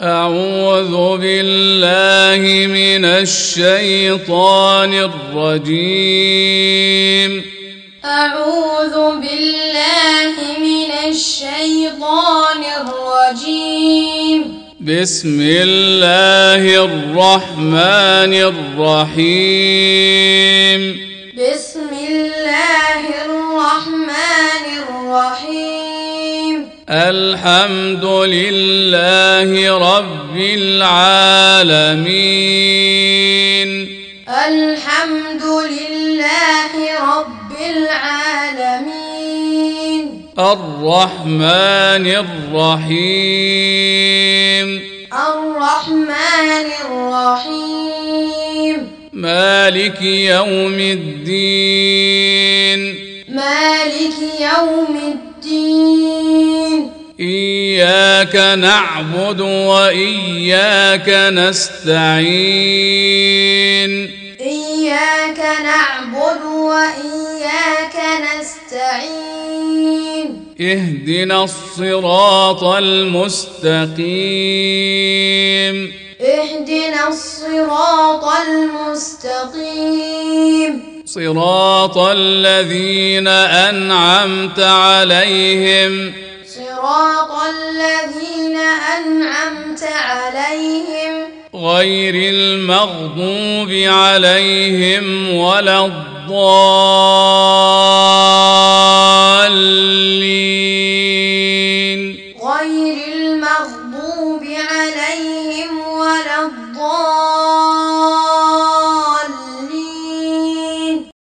أعوذ بالله من الشيطان الرجيم. أعوذ بالله من الشيطان الرجيم. بسم الله الرحمن الرحيم. بسم الله الرحمن الرحيم. الحمد لله رب العالمين. الحمد لله رب العالمين. الرحمن الرحيم. الرحمن الرحيم. مالك يوم الدين. مالك يوم الدين. إياك نعبد وإياك نستعين. إياك نعبد وإياك نستعين. اهدنا الصراط المستقيم. اهدنا الصراط المستقيم. صراط الذين أنعمت عليهم. صراط الذين أنعمت عليهم. غير المغضوب عليهم ولا الضالين.